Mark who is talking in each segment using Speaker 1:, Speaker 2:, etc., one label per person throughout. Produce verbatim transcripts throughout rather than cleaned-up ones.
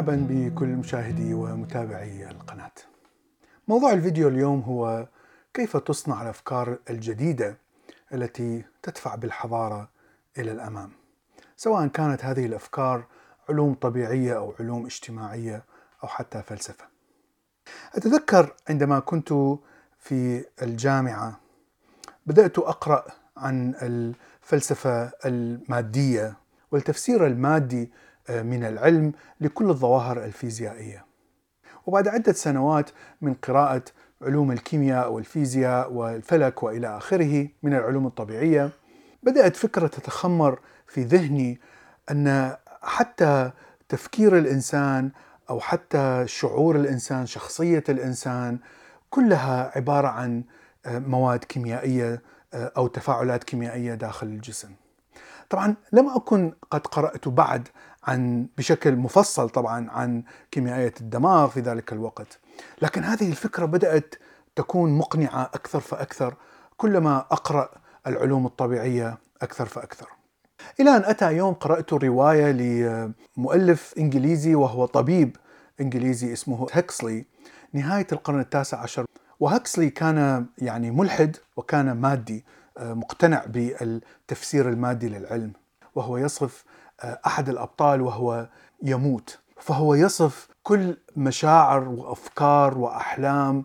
Speaker 1: مرحبا بكل مشاهدي ومتابعي القناة. موضوع الفيديو اليوم هو كيف تصنع الأفكار الجديدة التي تدفع بالحضارة إلى الأمام، سواء كانت هذه الأفكار علوم طبيعية أو علوم اجتماعية أو حتى فلسفة. أتذكر عندما كنت في الجامعة بدأت أقرأ عن الفلسفة المادية والتفسير المادي من العلم لكل الظواهر الفيزيائية. وبعد عدة سنوات من قراءة علوم الكيمياء والفيزياء والفلك وإلى آخره من العلوم الطبيعية، بدأت فكرة تتخمر في ذهني أن حتى تفكير الإنسان أو حتى شعور الإنسان، شخصية الإنسان، كلها عبارة عن مواد كيميائية أو تفاعلات كيميائية داخل الجسم. طبعا لم أكن قد قرأت بعد عن بشكل مفصل طبعا عن كيميائية الدماغ في ذلك الوقت، لكن هذه الفكرة بدأت تكون مقنعة أكثر فأكثر كلما أقرأ العلوم الطبيعية أكثر فأكثر، إلى أن أتى يوم قرأت رواية لمؤلف إنجليزي وهو طبيب إنجليزي اسمه هكسلي نهاية القرن التاسع عشر. وهكسلي كان يعني ملحد وكان مادي مقتنع بالتفسير المادي للعلم، وهو يصف أحد الأبطال وهو يموت، فهو يصف كل مشاعر وأفكار وأحلام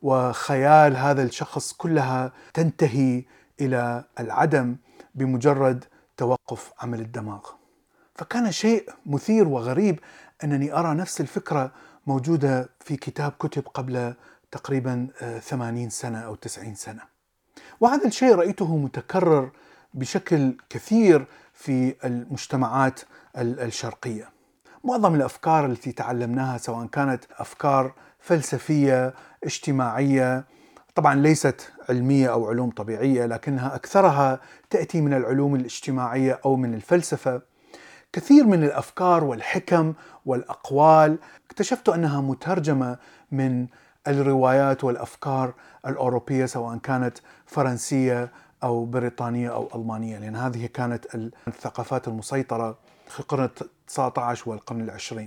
Speaker 1: وخيال هذا الشخص كلها تنتهي إلى العدم بمجرد توقف عمل الدماغ. فكان شيء مثير وغريب أنني أرى نفس الفكرة موجودة في كتاب كتب قبل تقريبا ثمانين سنة أو تسعين سنة، وهذا الشيء رأيته متكرر بشكل كثير في المجتمعات الشرقية. معظم الأفكار التي تعلمناها سواء كانت أفكار فلسفية اجتماعية، طبعا ليست علمية أو علوم طبيعية، لكنها أكثرها تأتي من العلوم الاجتماعية أو من الفلسفة. كثير من الأفكار والحكم والأقوال اكتشفت أنها مترجمة من الروايات والأفكار الأوروبية سواء كانت فرنسية أو بريطانية أو ألمانية، لأن هذه كانت الثقافات المسيطرة في القرن التاسع عشر والقرن العشرين.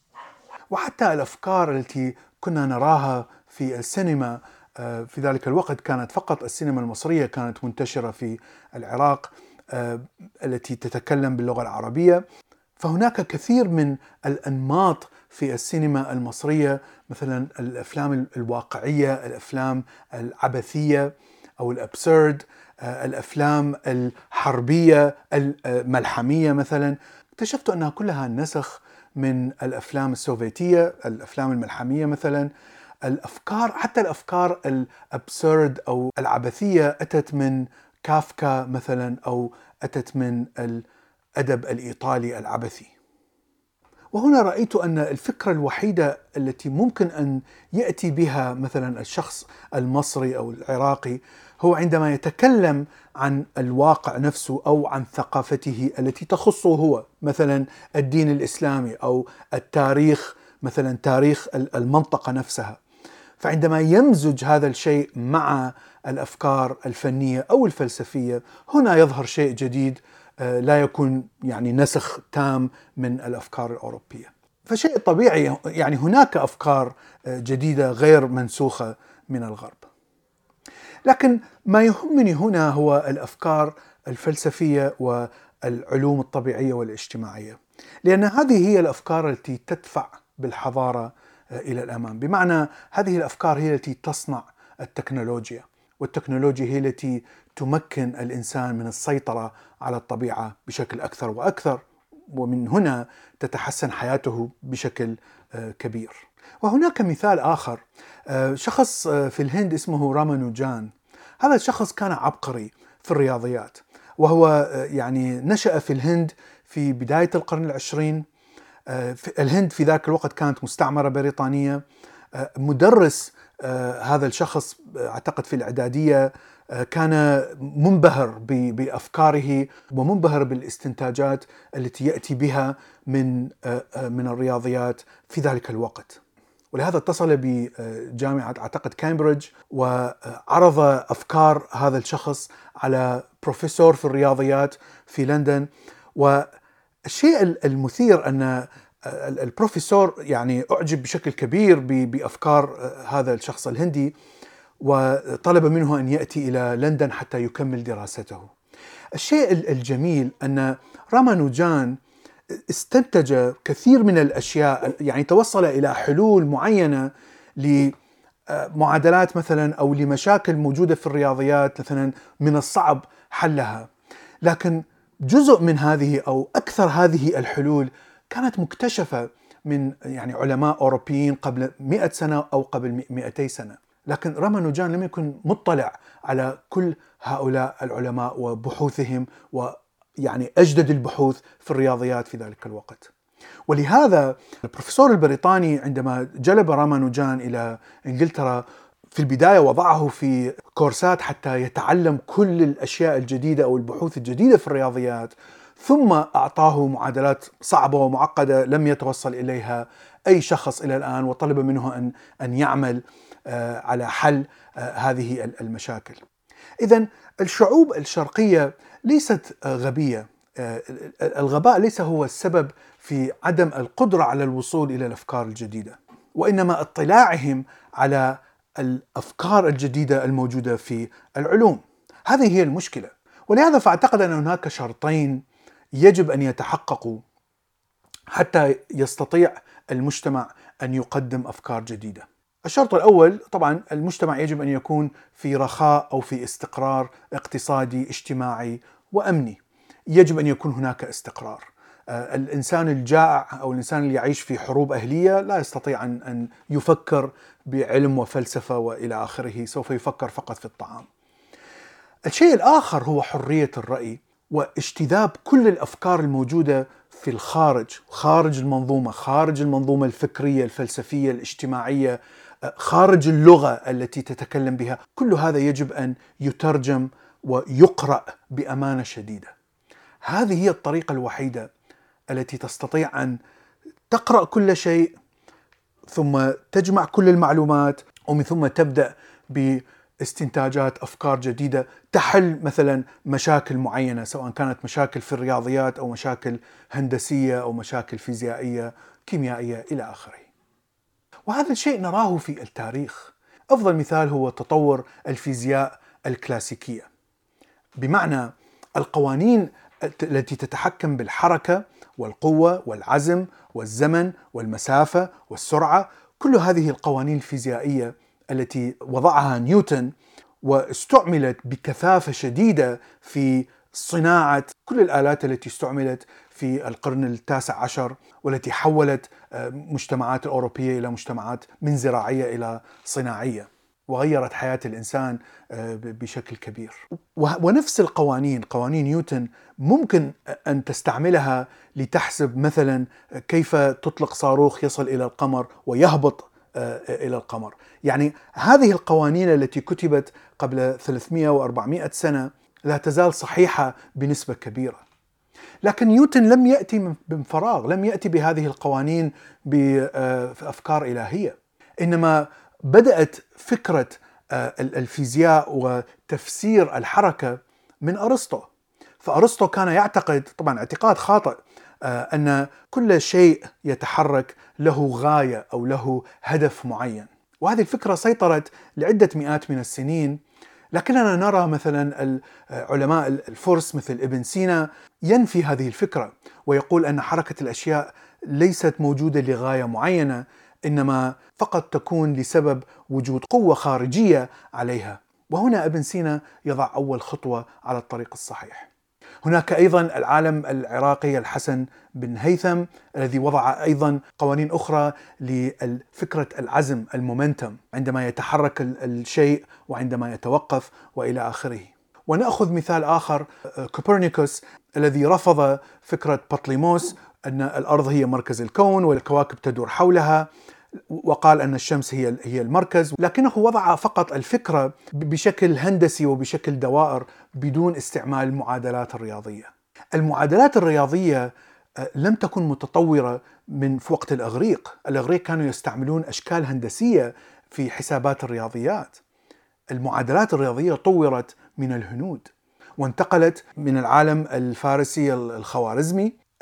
Speaker 1: وحتى الأفكار التي كنا نراها في السينما في ذلك الوقت كانت فقط السينما المصرية كانت منتشرة في العراق التي تتكلم باللغة العربية، فهناك كثير من الأنماط في السينما المصرية، مثلا الأفلام الواقعية، الأفلام العبثية أو الأبسورد، الأفلام الحربية الملحمية مثلا. اكتشفت أنها كلها نسخ من الأفلام السوفيتية، الأفلام الملحمية مثلا. الأفكار حتى الأفكار الأبسورد أو العبثية أتت من كافكا مثلا أو أتت من الأدب الإيطالي العبثي. وهنا رأيت أن الفكرة الوحيدة التي ممكن أن يأتي بها مثلا الشخص المصري أو العراقي هو عندما يتكلم عن الواقع نفسه أو عن ثقافته التي تخصه هو، مثلا الدين الإسلامي أو التاريخ، مثلا تاريخ المنطقة نفسها. فعندما يمزج هذا الشيء مع الأفكار الفنية أو الفلسفية، هنا يظهر شيء جديد لا يكون يعني نسخ تام من الأفكار الأوروبية. فشيء طبيعي يعني هناك أفكار جديدة غير منسوخة من الغرب. لكن ما يهمني هنا هو الأفكار الفلسفية والعلوم الطبيعية والاجتماعية، لأن هذه هي الأفكار التي تدفع بالحضارة إلى الأمام. بمعنى هذه الأفكار هي التي تصنع التكنولوجيا، والتكنولوجيا هي التي تمكن الإنسان من السيطرة على الطبيعة بشكل أكثر وأكثر، ومن هنا تتحسن حياته بشكل كبير. وهناك مثال آخر، شخص في الهند اسمه رامانوجان. هذا الشخص كان عبقري في الرياضيات، وهو يعني نشأ في الهند في بداية القرن العشرين. الهند في ذاك الوقت كانت مستعمرة بريطانية. مدرس هذا الشخص أعتقد في الإعدادية كان منبهر بأفكاره ومنبهر بالاستنتاجات التي يأتي بها من من الرياضيات في ذلك الوقت، ولهذا اتصل بجامعة أعتقد كامبريدج وعرض أفكار هذا الشخص على بروفيسور في الرياضيات في لندن. والشيء المثير أن البروفيسور يعني أعجب بشكل كبير بأفكار هذا الشخص الهندي، وطلب منه أن يأتي إلى لندن حتى يكمل دراسته. الشيء الجميل أن رامانوجان استنتج كثير من الأشياء، يعني توصل إلى حلول معينة لمعادلات مثلا أو لمشاكل موجودة في الرياضيات مثلا من الصعب حلها، لكن جزء من هذه أو أكثر هذه الحلول كانت مكتشفة من يعني علماء أوروبيين قبل مئة سنة أو قبل مئتي سنة، لكن رامانوجان لم يكن مطلع على كل هؤلاء العلماء وبحوثهم ويعني أجدد البحوث في الرياضيات في ذلك الوقت. ولهذا البروفيسور البريطاني عندما جلب رامانوجان إلى إنجلترا في البداية وضعه في كورسات حتى يتعلم كل الأشياء الجديدة أو البحوث الجديدة في الرياضيات، ثم أعطاه معادلات صعبة ومعقدة لم يتوصل إليها أي شخص إلى الآن، وطلب منه أن أن يعمل على حل هذه المشاكل. إذن الشعوب الشرقية ليست غبية، الغباء ليس هو السبب في عدم القدرة على الوصول إلى الأفكار الجديدة، وإنما اطلاعهم على الأفكار الجديدة الموجودة في العلوم. هذه هي المشكلة. ولهذا فأعتقد أن هناك شرطين يجب أن يتحققوا حتى يستطيع المجتمع أن يقدم أفكار جديدة. الشرط الأول طبعا المجتمع يجب أن يكون في رخاء أو في استقرار اقتصادي اجتماعي وأمني. يجب أن يكون هناك استقرار. الإنسان الجائع أو الإنسان اللي يعيش في حروب أهلية لا يستطيع أن يفكر بعلم وفلسفة وإلى آخره، سوف يفكر فقط في الطعام. الشيء الآخر هو حرية الرأي واجتذاب كل الأفكار الموجودة في الخارج، خارج المنظومة، خارج المنظومة الفكرية الفلسفية الاجتماعية، خارج اللغة التي تتكلم بها. كل هذا يجب أن يترجم ويقرأ بأمانة شديدة. هذه هي الطريقة الوحيدة التي تستطيع أن تقرأ كل شيء ثم تجمع كل المعلومات ومن ثم تبدأ باستنتاجات أفكار جديدة تحل مثلا مشاكل معينة، سواء كانت مشاكل في الرياضيات أو مشاكل هندسية أو مشاكل فيزيائية كيميائية إلى آخره. وهذا الشيء نراه في التاريخ. أفضل مثال هو تطور الفيزياء الكلاسيكية، بمعنى القوانين التي تتحكم بالحركة والقوة والعزم والزمن والمسافة والسرعة، كل هذه القوانين الفيزيائية التي وضعها نيوتن واستعملت بكثافة شديدة في صناعة كل الآلات التي استعملت في القرن التاسع عشر، والتي حولت مجتمعات الأوروبية إلى مجتمعات من زراعية إلى صناعية، وغيرت حياة الإنسان بشكل كبير. ونفس القوانين، قوانين نيوتن، ممكن أن تستعملها لتحسب مثلا كيف تطلق صاروخ يصل إلى القمر ويهبط إلى القمر. يعني هذه القوانين التي كتبت قبل ثلاثمئة وأربعمئة سنة لا تزال صحيحة بنسبة كبيرة. لكن نيوتن لم يأتي من فراغ، لم يأتي بهذه القوانين بأفكار إلهية، إنما بدأت فكرة الفيزياء وتفسير الحركة من أرسطو. فأرسطو كان يعتقد، طبعا اعتقاد خاطئ، أن كل شيء يتحرك له غاية أو له هدف معين، وهذه الفكرة سيطرت لعدة مئات من السنين. لكننا نرى مثلا علماء الفرس مثل ابن سينا ينفي هذه الفكرة ويقول أن حركة الأشياء ليست موجودة لغاية معينة، إنما فقط تكون لسبب وجود قوة خارجية عليها. وهنا ابن سينا يضع أول خطوة على الطريق الصحيح. هناك أيضا العالم العراقي الحسن بن هيثم الذي وضع أيضا قوانين أخرى لفكرة العزم، المومنتم، عندما يتحرك الشيء وعندما يتوقف وإلى آخره. ونأخذ مثال آخر، كوبرنيكوس الذي رفض فكرة بطليموس أن الأرض هي مركز الكون والكواكب تدور حولها، وقال أن الشمس هي هي المركز، لكنه وضع فقط الفكرة بشكل هندسي وبشكل دوائر بدون استعمال المعادلات الرياضية. المعادلات الرياضية لم تكن متطورة من وقت الإغريق. الإغريق كانوا يستعملون أشكال هندسية في حسابات الرياضيات. المعادلات الرياضية طورت من الهنود وانتقلت من العالم الفارسي الخوارزمي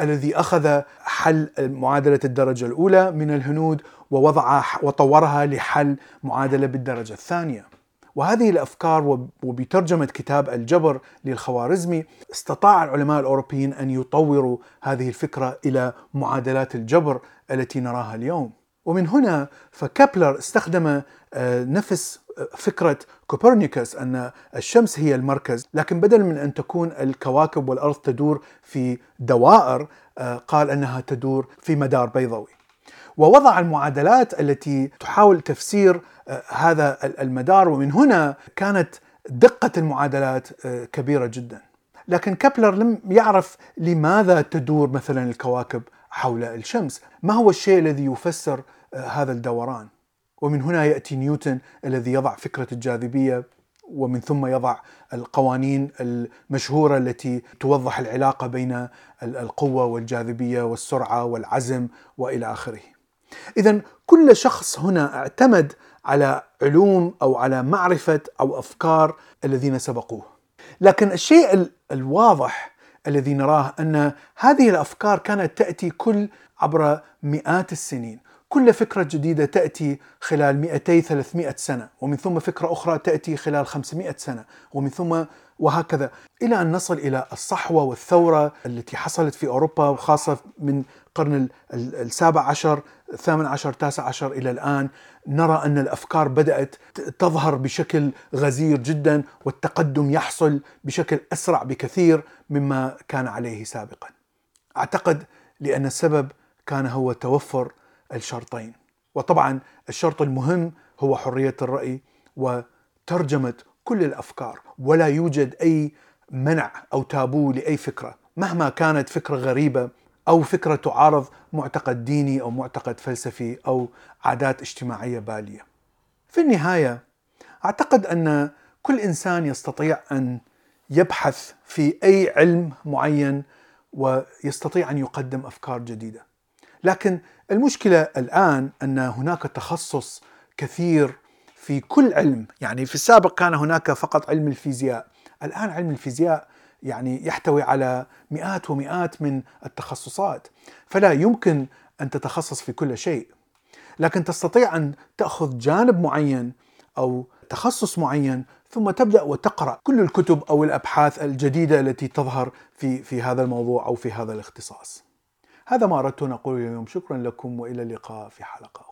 Speaker 1: الذي أخذ حل معادلة الدرجة الأولى من الهنود ووضع وطورها لحل معادلة بالدرجة الثانية. وهذه الأفكار وبترجمة كتاب الجبر للخوارزمي استطاع العلماء الأوروبيين أن يطوروا هذه الفكرة إلى معادلات الجبر التي نراها اليوم. ومن هنا فكابلر استخدم نفس فكرة كوبرنيكوس أن الشمس هي المركز، لكن بدل من أن تكون الكواكب والأرض تدور في دوائر قال أنها تدور في مدار بيضاوي، ووضع المعادلات التي تحاول تفسير هذا المدار. ومن هنا كانت دقة المعادلات كبيرة جدا. لكن كابلر لم يعرف لماذا تدور مثلا الكواكب حول الشمس، ما هو الشيء الذي يفسر هذا الدوران. ومن هنا يأتي نيوتن الذي يضع فكرة الجاذبية، ومن ثم يضع القوانين المشهورة التي توضح العلاقة بين القوة والجاذبية والسرعة والعزم وإلى آخره. إذن كل شخص هنا اعتمد على علوم أو على معرفة أو أفكار الذين سبقوه. لكن الشيء الواضح الذي نراه أن هذه الأفكار كانت تأتي كل عبر مئات السنين. كل فكرة جديدة تأتي خلال مئتي ثلاثمئة سنة، ومن ثم فكرة أخرى تأتي خلال خمسمئة سنة، ومن ثم وهكذا إلى أن نصل إلى الصحوة والثورة التي حصلت في أوروبا، وخاصة من القرن السابع عشر الثامن عشر التاسع عشر إلى الآن. نرى أن الأفكار بدأت تظهر بشكل غزير جدا، والتقدم يحصل بشكل أسرع بكثير مما كان عليه سابقا. أعتقد لأن السبب كان هو توفر الشرطين، وطبعا الشرط المهم هو حرية الرأي وترجمة كل الأفكار، ولا يوجد أي منع أو تابو لأي فكرة مهما كانت فكرة غريبة أو فكرة تعارض معتقد ديني أو معتقد فلسفي أو عادات اجتماعية بالية. في النهاية أعتقد أن كل إنسان يستطيع أن يبحث في أي علم معين ويستطيع أن يقدم أفكار جديدة. لكن المشكلة الآن أن هناك تخصص كثير في كل علم. يعني في السابق كان هناك فقط علم الفيزياء، الآن علم الفيزياء يعني يحتوي على مئات ومئات من التخصصات، فلا يمكن أن تتخصص في كل شيء. لكن تستطيع أن تأخذ جانب معين أو تخصص معين ثم تبدأ وتقرأ كل الكتب أو الأبحاث الجديدة التي تظهر في في هذا الموضوع أو في هذا الاختصاص. هذا ما أردت أن أقوله اليوم. شكرا لكم وإلى اللقاء في حلقة أخرى.